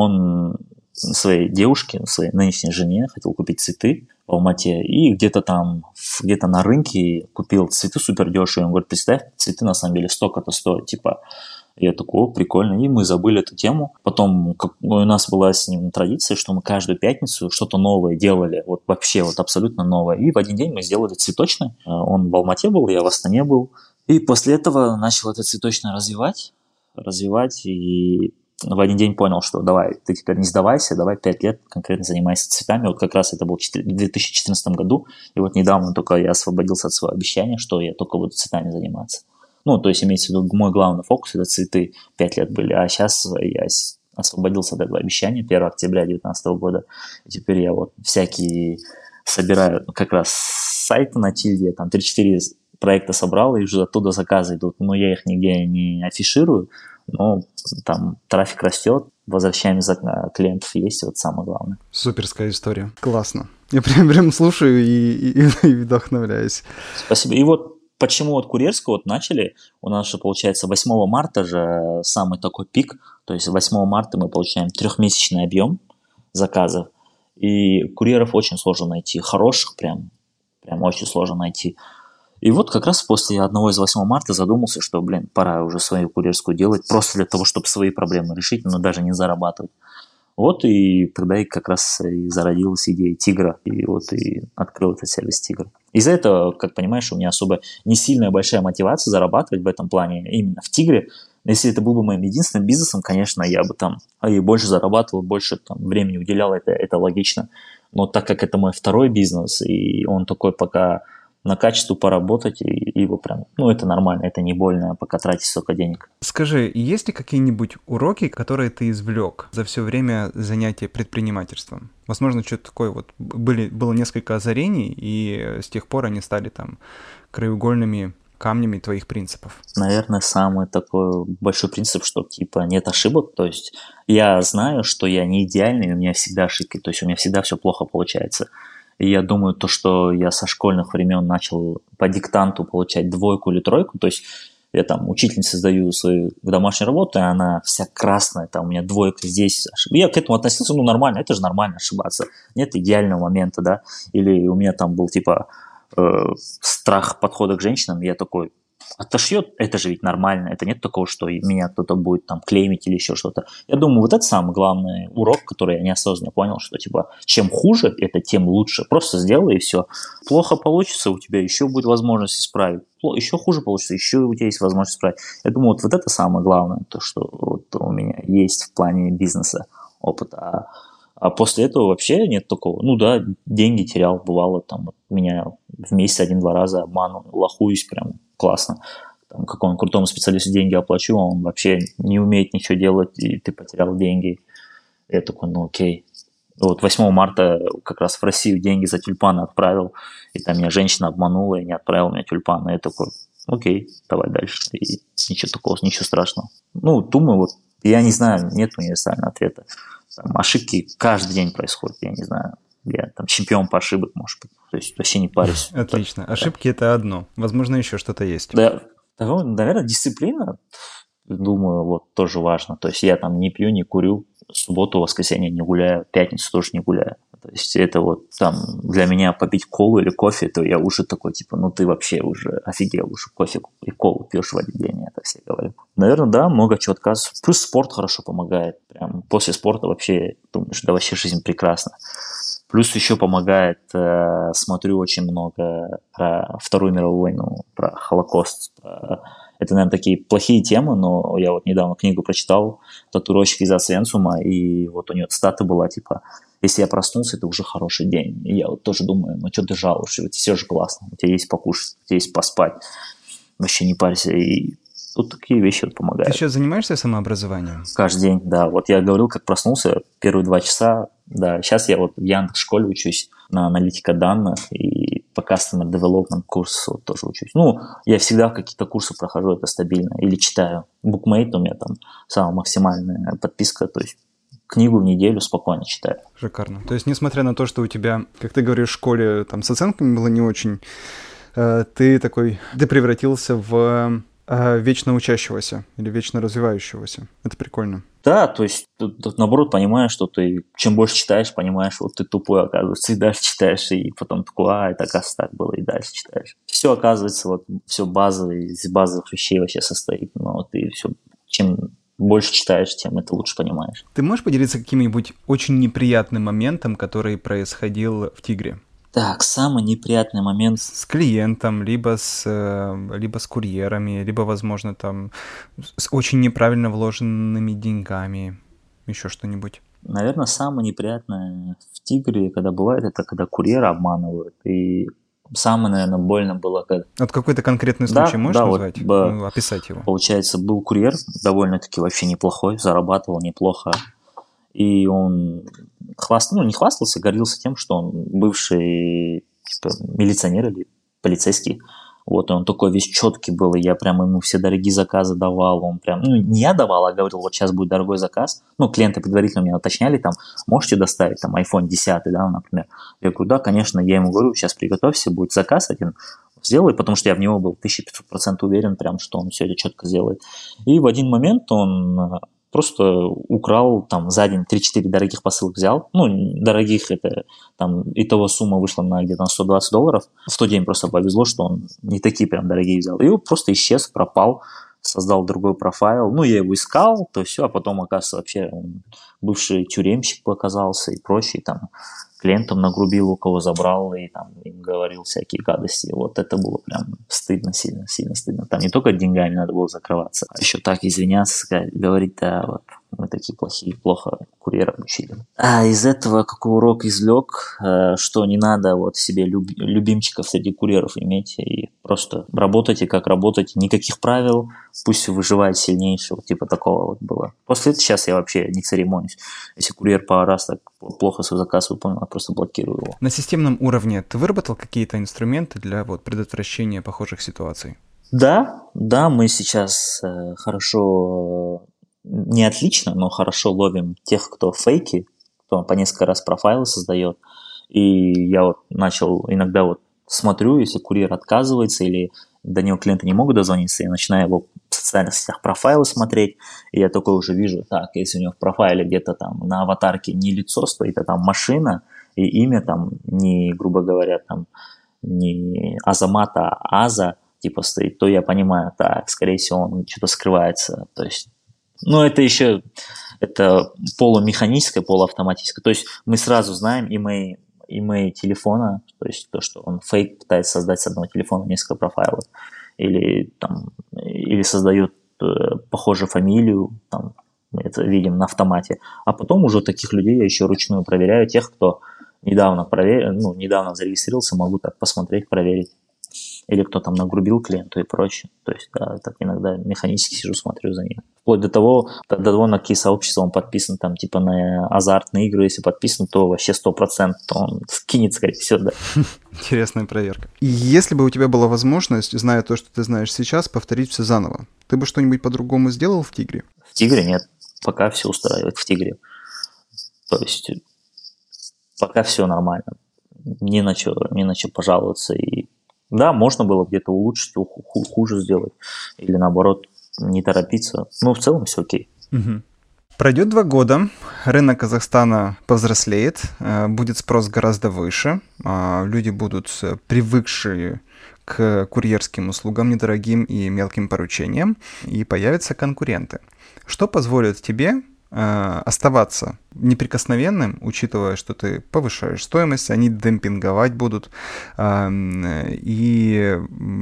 он своей девушке, своей нынешней жене хотел купить цветы в Алмате, и где-то там, где-то на рынке купил цветы супер дешево. Он говорит, представь, цветы на самом деле столько-то стоят, типа. Я такой, о, прикольно, и мы забыли эту тему. Потом как, у нас была с ним традиция, что мы каждую пятницу что-то новое делали, вот вообще вот абсолютно новое. И в один день мы сделали цветочное. Он в Алмате был, я в Астане был. И после этого начал это цветочное развивать, развивать, и в один день понял, что давай, ты теперь не сдавайся, давай пять лет конкретно занимайся цветами. Вот как раз это было в две тысячи четырнадцатом году, и вот недавно только я освободился от своего обещания, что я только буду цветами заниматься. Ну, то есть имеется в виду, мой главный фокус – это цветы, пять лет были, а сейчас я освободился от этого обещания первого октября две тысячи девятнадцатого года, и теперь я вот всякие собираю, как раз сайты на Тильде, там три-четыре проекта собрал, и уже оттуда заказы идут, но я их нигде не афиширую, но там трафик растет, возвращаем за клиентов есть, вот самое главное. Суперская история. Классно. Я прям, прям слушаю и, и, и вдохновляюсь. Спасибо. И вот почему вот курьерскую вот начали, у нас же получается восьмого марта же самый такой пик, то есть восьмого марта мы получаем трехмесячный объем заказов, и курьеров очень сложно найти, хороших прям, прям очень сложно найти. И вот как раз после одного из восьмого марта задумался, что, блин, пора уже свою курьерскую делать, просто для того, чтобы свои проблемы решить, но даже не зарабатывать. Вот и тогда и как раз и зародилась идея Тигра, и вот и открыл этот сервис Тигр. Из-за этого, как понимаешь, у меня особо не сильная большая мотивация зарабатывать в этом плане именно в Тигре. Если это был бы моим единственным бизнесом, конечно, я бы там и больше зарабатывал, больше там времени уделял, это, это логично. Но так как это мой второй бизнес, и он такой пока на качество поработать, и его прям, ну, это нормально, это не больно, пока тратить столько денег. Скажи, есть ли какие-нибудь уроки, которые ты извлек за все время занятия предпринимательством? Возможно, что-то такое вот, были, было несколько озарений, и с тех пор они стали там краеугольными камнями твоих принципов. Наверное, самый такой большой принцип, что типа нет ошибок, то есть я знаю, что я не идеальный, у меня всегда ошибки, то есть у меня всегда все плохо получается. И я думаю, то, что я со школьных времен начал по диктанту получать двойку или тройку, то есть я там учительнице сдаю свою домашнюю работу, и она вся красная, там у меня двойка здесь. Я к этому относился, ну нормально, это же нормально ошибаться. Нет идеального момента, да. Или у меня там был типа э, страх подхода к женщинам, я такой, отошьет, это же ведь нормально, это нет такого, что меня кто-то будет там клеймить или еще что-то. Я думаю, вот это самый главный урок, который я неосознанно понял, что типа чем хуже, это тем лучше. Просто сделай и все. Плохо получится, у тебя еще будет возможность исправить. Еще хуже получится, еще у тебя есть возможность исправить. Я думаю, вот, вот это самое главное, то, что вот у меня есть в плане бизнеса опыт. А, а после этого вообще нет такого. Ну да, деньги терял, бывало, там вот, меня в месяц один-два раза обманывал, лохуюсь прям. Классно. Там, какому крутому специалисту деньги оплачу, он вообще не умеет ничего делать, и ты потерял деньги. Я такой, ну окей. Вот восьмого марта как раз в Россию деньги за тюльпаны отправил, и там меня женщина обманула и не отправила мне тюльпаны. Я такой, окей, давай дальше. И ничего такого, ничего страшного. Ну, думаю, вот, я не знаю, нет универсального ответа. Там, ошибки каждый день происходят, я не знаю. Я там чемпион по ошибок, может быть. То есть вообще не парюсь. Отлично. Да. Ошибки – это одно. Возможно, еще что-то есть. Да, наверное, дисциплина, думаю, вот тоже важно. То есть я там не пью, не курю, субботу, воскресенье не гуляю, пятницу тоже не гуляю. То есть это вот там для меня попить колу или кофе, то я уже такой, типа, ну ты вообще уже офигел, уже кофе и колу пьешь в один день, это все говорят. Наверное, да, много чего отказывается. Плюс спорт хорошо помогает. Прям после спорта вообще думаешь, да вообще жизнь прекрасна. Плюс еще помогает, э, смотрю очень много про Вторую мировую войну, про Холокост. Про... Это, наверное, такие плохие темы, но я вот недавно книгу прочитал «Татуировщик из Освенциума», и вот у нее цитата была, типа, если я проснулся, это уже хороший день. И я вот тоже думаю, ну что ты жалуешься, ведь все же классно, у тебя есть покушать, у тебя есть поспать, вообще не парься, и тут такие вещи вот помогают. Ты сейчас занимаешься самообразованием? Каждый день, да. Вот я говорил, как проснулся, первые два часа, да. Сейчас я вот в Яндекс.Школе учусь на аналитика данных и по Customer Development курс вот тоже учусь. Ну, я всегда какие-то курсы прохожу, это стабильно. Или читаю. Bookmate у меня там самая максимальная подписка, то есть книгу в неделю спокойно читаю. Шикарно. То есть, несмотря на то, что у тебя, как ты говоришь, в школе там с оценками было не очень, ты такой, ты превратился в вечно учащегося или вечно развивающегося. Это прикольно. Да, то есть тут, тут наоборот понимаешь, что ты чем больше читаешь, понимаешь, вот ты тупой, оказывается, и дальше читаешь, и потом такой, а, это оказывается так было, и дальше читаешь. Все оказывается, вот все базовое, из базовых вещей вообще состоит, но ты все, чем больше читаешь, тем это лучше понимаешь. Ты можешь поделиться каким-нибудь очень неприятным моментом, который происходил в Тигре? Так, самый неприятный момент... С клиентом, либо с, либо с курьерами, либо, возможно, там с очень неправильно вложенными деньгами, еще что-нибудь. Наверное, самое неприятное в Тигре, когда бывает, это когда курьеры обманывают. И самое, наверное, больно было... Когда... Вот какой-то конкретный случай да, можешь да, назвать? Вот, ну, описать его. Получается, был курьер, довольно-таки вообще неплохой, зарабатывал неплохо. И он хвастался, ну не хвастался, гордился тем, что он бывший типа, милиционер или полицейский. Вот, и он такой весь четкий был, и я прям ему все дорогие заказы давал. Он прям, ну не я давал, а говорил, вот сейчас будет дорогой заказ. Ну, клиенты предварительно меня уточняли, там, можете доставить там айфон десять, да, например. Я говорю, да, конечно, я ему говорю, сейчас приготовься, будет заказ один, сделай, потому что я в него был тысяча пятьсот процентов уверен, прям, что он все это четко сделает. И в один момент он... просто украл там за день три-четыре дорогих посылок взял. Ну, дорогих это там итого сумма вышла на где-то на сто двадцать долларов. В тот день просто повезло, что он не такие прям дорогие взял. И он просто исчез, пропал. создал другой профайл. Ну, я его искал, то все, а потом, оказывается, вообще он бывший тюремщик оказался и прочее, там, клиентам нагрубил, у кого забрал, и там им говорил всякие гадости. Вот это было прям стыдно, сильно, сильно стыдно. Там не только деньгами надо было закрываться, а еще так извиняться, сказать, говорить, да, вот мы такие плохие, плохо курьера учили. А из этого какой урок извлек, что не надо вот себе люб, любимчиков среди курьеров иметь, и просто работайте, как работаете, никаких правил, пусть выживает сильнейший, вот типа такого вот было. После этого сейчас я вообще не церемонюсь. Если курьер пару раз так плохо свой заказ выполнил, я просто блокирую его. На системном уровне ты выработал какие-то инструменты для вот предотвращения похожих ситуаций? Да, да, мы сейчас э, хорошо, не отлично, но хорошо ловим тех, кто фейки, кто по несколько раз профайлы создает. И я вот начал иногда вот смотрю, если курьер отказывается или до него клиенты не могут дозвониться, я начинаю его в социальных сетях профайлы смотреть, и я такой уже вижу, так, если у него в профайле где-то там на аватарке не лицо стоит, а там машина, и имя там не, грубо говоря, там не Азамат, а Аза, типа стоит, то я понимаю, так, скорее всего, он что-то скрывается, то есть, ну, это еще, это полумеханическое, полуавтоматическое, то есть мы сразу знаем, и мы имей телефона, то есть то, что он фейк пытается создать с одного телефона несколько профайлов, или, там, или создает э, похожую фамилию, там, мы это видим на автомате, а потом уже таких людей я еще ручную проверяю, тех, кто недавно, провер... ну, недавно зарегистрировался, могу так посмотреть, проверить, или кто там нагрубил клиенту и прочее, то есть да, так иногда механически сижу, смотрю за ним. Вплоть до того, до того, на какие сообщества он подписан, там, типа, на азартные игры, если подписан, то вообще сто процентов он вкинет, скорее всего, да. Интересная проверка. И если бы у тебя была возможность, зная то, что ты знаешь сейчас, повторить все заново, ты бы что-нибудь по-другому сделал в Тигре? В Тигре нет, пока все устраивает в Тигре. То есть, пока все нормально, не на что, не на что пожаловаться. И да, можно было где-то улучшить, хуже сделать, или наоборот, не торопиться. Но в целом все окей. Угу. Пройдет два года, рынок Казахстана повзрослеет, будет спрос гораздо выше, люди будут привыкшие к курьерским услугам, недорогим и мелким поручениям, и появятся конкуренты. Что позволит тебе оставаться неприкосновенным, учитывая, что ты повышаешь стоимость, они демпинговать будут, и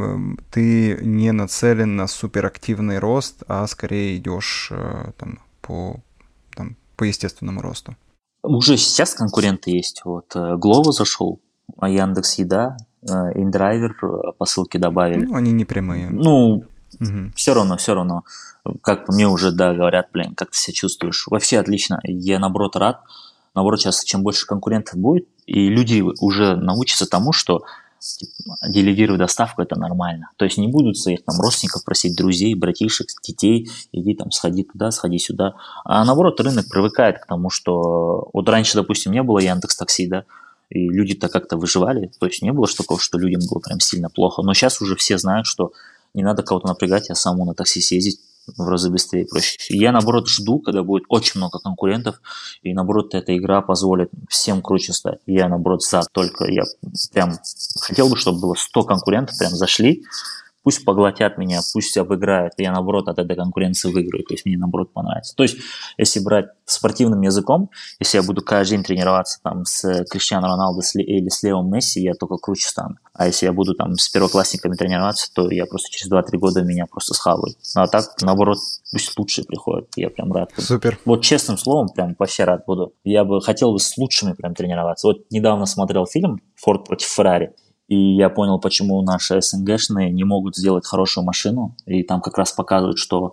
ты не нацелен на суперактивный рост, а скорее идешь там, по, там, по естественному росту? Уже сейчас конкуренты есть. Вот Glovo зашел, Яндекс.Еда, InDriver по ссылке добавили. Ну, они не прямые. Ну, угу. все равно, все равно. Как мне уже, да, говорят, блин, как ты себя чувствуешь? Вообще отлично. Я, наоборот, рад. Наоборот, сейчас чем больше конкурентов будет, и люди уже научатся тому, что типа, делегировать доставку – это нормально. То есть не будут своих там родственников просить, друзей, братишек, детей, иди там, сходи туда, сходи сюда. А наоборот, рынок привыкает к тому, что вот раньше, допустим, не было Яндекс.Такси, да, и люди-то как-то выживали. То есть не было такого, что людям было прям сильно плохо. Но сейчас уже все знают, что не надо кого-то напрягать, а самому на такси съездить в разы быстрее и проще. Я, наоборот, жду, когда будет очень много конкурентов, и, наоборот, эта игра позволит всем круче стать. Я, наоборот, за только. Я прям хотел бы, чтобы было сто конкурентов, прям зашли, пусть поглотят меня, пусть обыграют, и я, наоборот, от этой конкуренции выиграю, то есть мне, наоборот, понравится. То есть, если брать спортивным языком, если я буду каждый день тренироваться там с Криштиану Роналдо или с Лео Месси, я только круче стану. А если я буду там с первоклассниками тренироваться, то я просто через два-три года меня просто схавают. Ну, а так, наоборот, пусть лучшие приходят, я прям рад. Супер. Вот честным словом, прям вообще рад буду. Я бы хотел бы с лучшими прям тренироваться. Вот недавно смотрел фильм «Форд против Феррари», и я понял, почему наши СНГшные не могут сделать хорошую машину. И там как раз показывают, что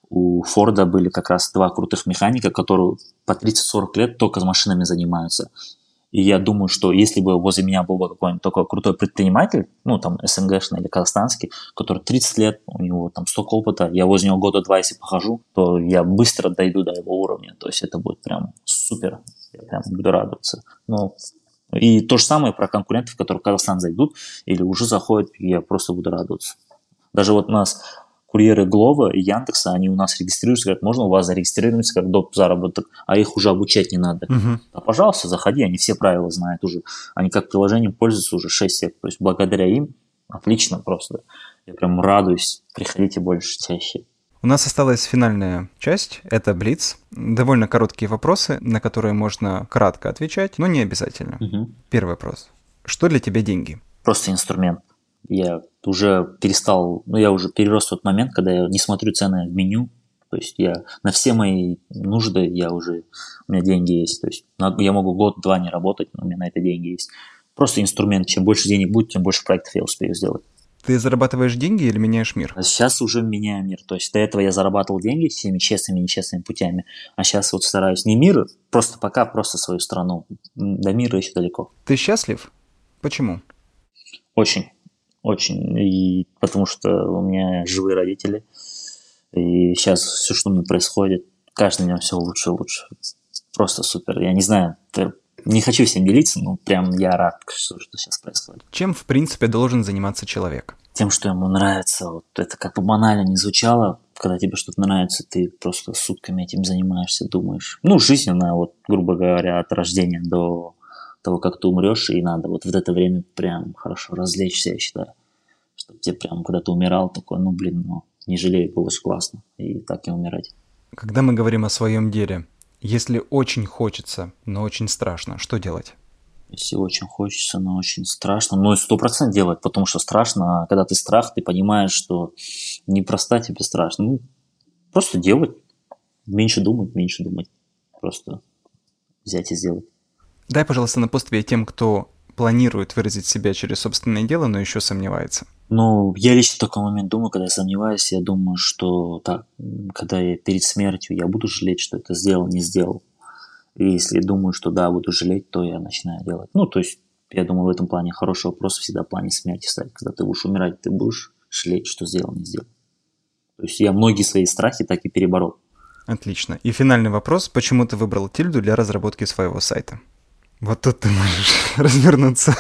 у Форда были как раз два крутых механика, которые по тридцать-сорок лет только с машинами занимаются. И я думаю, что если бы возле меня был бы какой-нибудь такой крутой предприниматель, ну там СНГшный или казахстанский, который тридцать лет, у него там столько опыта, я возле него года два если похожу, то я быстро дойду до его уровня. То есть это будет прям супер. Я прям буду радоваться. Ну, и то же самое про конкурентов, которые в Казахстан зайдут или уже заходят, я просто буду радоваться. Даже вот у нас курьеры Glovo и Яндекса, они у нас регистрируются, говорят, можно у вас зарегистрироваться как доп. Заработок, а их уже обучать не надо. Uh-huh. А пожалуйста, заходи, они все правила знают уже. Они как приложением пользуются уже шесть лет. То есть благодаря им отлично просто. Я прям радуюсь, приходите больше, чаще. У нас осталась финальная часть, это Блиц. Довольно короткие вопросы, на которые можно кратко отвечать, но не обязательно. Угу. Первый вопрос. Что для тебя деньги? Просто инструмент. Я уже перестал, ну я уже перерос тот момент, когда я не смотрю цены в меню. То есть я на все мои нужды, я уже, у меня деньги есть. То есть я могу год-два не работать, но у меня на это деньги есть. Просто инструмент. Чем больше денег будет, тем больше проектов я успею сделать. Ты зарабатываешь деньги или меняешь мир? А сейчас уже меняю мир. То есть до этого я зарабатывал деньги всеми честными и нечестными путями. А сейчас вот стараюсь не мир, просто пока просто свою страну. До мира еще далеко. Ты счастлив? Почему? Очень. Очень. И потому что у меня живые родители. И сейчас все, что у меня происходит, каждый день все лучше и лучше. Просто супер. Я не знаю, не хочу всем делиться, но прям я рад, что, что сейчас происходит. Чем, в принципе, должен заниматься человек? Тем, что ему нравится. Вот это как бы банально не звучало. Когда тебе что-то нравится, ты просто сутками этим занимаешься, думаешь. Ну, жизненно, вот, грубо говоря, от рождения до того, как ты умрешь, и надо вот в это время прям хорошо развлечься, я считаю. Чтобы тебе прям, когда ты умирал, такой, ну, блин, ну, не жалею, было же классно. И так и умирать. Когда мы говорим о своем деле, если очень хочется, но очень страшно, что делать? Если очень хочется, но очень страшно, ну, сто процентов делать, потому что страшно, а когда ты страх, ты понимаешь, что непросто тебе страшно. Ну, просто делать, меньше думать, меньше думать, просто взять и сделать. Дай, пожалуйста, напутствие тем, кто планирует выразить себя через собственное дело, но еще сомневается. Ну, я лично в такой момент думаю, когда я сомневаюсь, я думаю, что так, когда я перед смертью, я буду жалеть, что это сделал, не сделал. И если думаю, что да, буду жалеть, то я начинаю делать. Ну, то есть, я думаю, в этом плане хороший вопрос всегда в плане смерти ставить. Когда ты будешь умирать, ты будешь жалеть, что сделал, не сделал. То есть, я многие свои страхи так и переборол. Отлично. И финальный вопрос. Почему ты выбрал Тильду для разработки своего сайта? Вот тут ты можешь развернуться.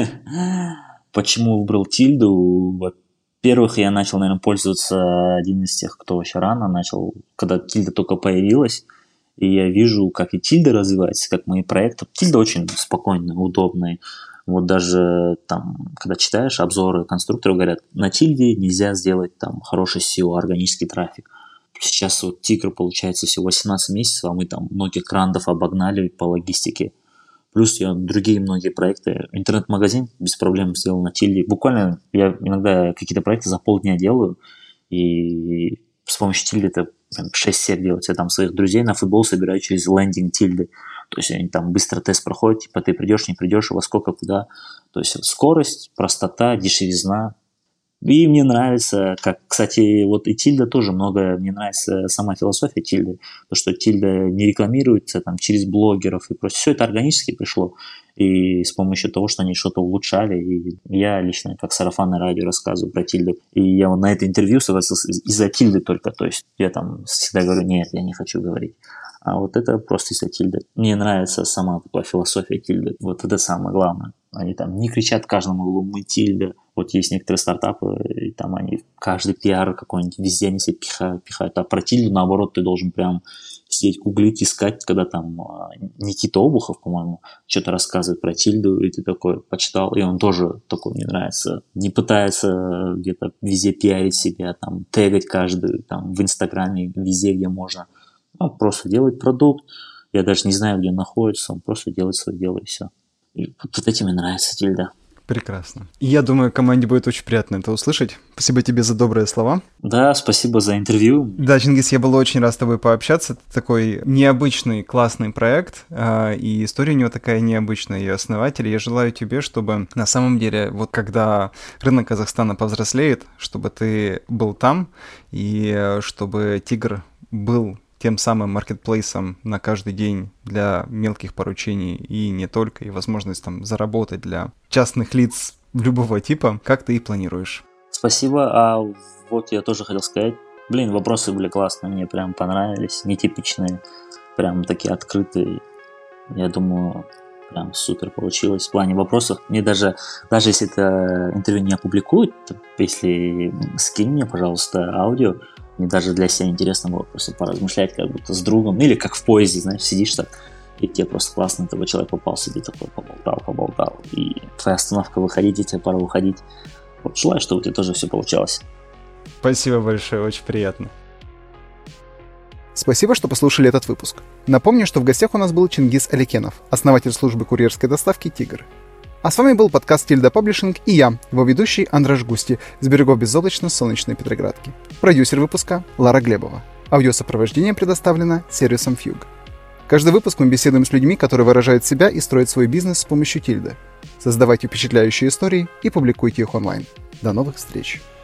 Почему выбрал Тильду? Во-первых, я начал, наверное, пользоваться один из тех, кто вообще рано начал, когда Тильда только появилась. И я вижу, как и Тильда развивается, как мои проекты. Тильда очень спокойный, удобный. Вот даже там, когда читаешь обзоры конструкторов, говорят, на Тильде нельзя сделать там хороший сео, органический трафик. Сейчас вот Тигр получается всего восемнадцать месяцев, а мы там многих грандов обогнали по логистике. Плюс я другие многие проекты. Интернет-магазин без проблем сделал на Тильде. Буквально я иногда какие-то проекты за полдня делаю. И с помощью Тильды это шесть-семь делать. Я там своих друзей на футбол собираю через лендинг Тильды. То есть они там быстро тест проходят. Типа ты придешь, не придешь, во сколько, куда. То есть скорость, простота, дешевизна. И мне нравится, как, кстати, вот и Тильда тоже много, мне нравится сама философия Тильды, то, что Тильда не рекламируется там через блогеров и просто все это органически пришло, и с помощью того, что они что-то улучшали, и я лично как сарафанное радио рассказываю про Тильду, и я вот на это интервью согласился из-за Тильды только, то есть я там всегда говорю, нет, я не хочу говорить, а вот это просто из-за Тильды. Мне нравится сама такая философия Тильды, вот это самое главное. Они там не кричат в каждом углу «мы Тильда». Вот есть некоторые стартапы, и там они каждый пиар какой-нибудь везде они себе пихают, пихают. А про Тильду, наоборот, ты должен прям сидеть, гуглить, искать, когда там Никита Обухов, по-моему, что-то рассказывает про Тильду, и ты такой почитал, и он тоже такой, мне нравится, не пытается где-то везде пиарить себя, там, тегать каждый, там, в Инстаграме, везде, где можно. Он просто делает продукт, я даже не знаю, где он находится, он просто делает свое дело, и все. И вот этим мне нравится Тильда. Прекрасно. И я думаю, команде будет очень приятно это услышать. Спасибо тебе за добрые слова. Да, спасибо за интервью. Да, Чингис, я был очень рад с тобой пообщаться. Это такой необычный, классный проект, и история у него такая необычная, и основатель. Я желаю тебе, чтобы на самом деле, вот когда рынок Казахстана повзрослеет, чтобы ты был там, и чтобы Тигр был тем самым маркетплейсом на каждый день для мелких поручений и не только, и возможность там заработать для частных лиц любого типа, как ты и планируешь. Спасибо, а вот я тоже хотел сказать, блин, вопросы были классные, мне прям понравились, нетипичные, прям такие открытые, я думаю, прям супер получилось в плане вопросов. Мне даже, даже если это интервью не опубликуют, если скинь мне, пожалуйста, аудио, мне даже для себя интересно было просто поразмышлять как будто с другом, или как в поезде, знаешь, сидишь так, и тебе просто классно, такой человек попался, ты такой поболтал, поболтал, и твоя остановка выходить, и тебе пора уходить. Вот желаю, чтобы у тебя тоже все получалось. Спасибо большое, очень приятно. Спасибо, что послушали этот выпуск. Напомню, что в гостях у нас был Чингис Алекенов, основатель службы курьерской доставки «Тигр». А с вами был подкаст Тильда Паблишинг и я, его ведущий Андраш Густи, с берегов безоблачно-солнечной Петроградки. Продюсер выпуска Лара Глебова. Аудиосопровождение предоставлено сервисом Fugue. Каждый выпуск мы беседуем с людьми, которые выражают себя и строят свой бизнес с помощью Тильды. Создавайте впечатляющие истории и публикуйте их онлайн. До новых встреч!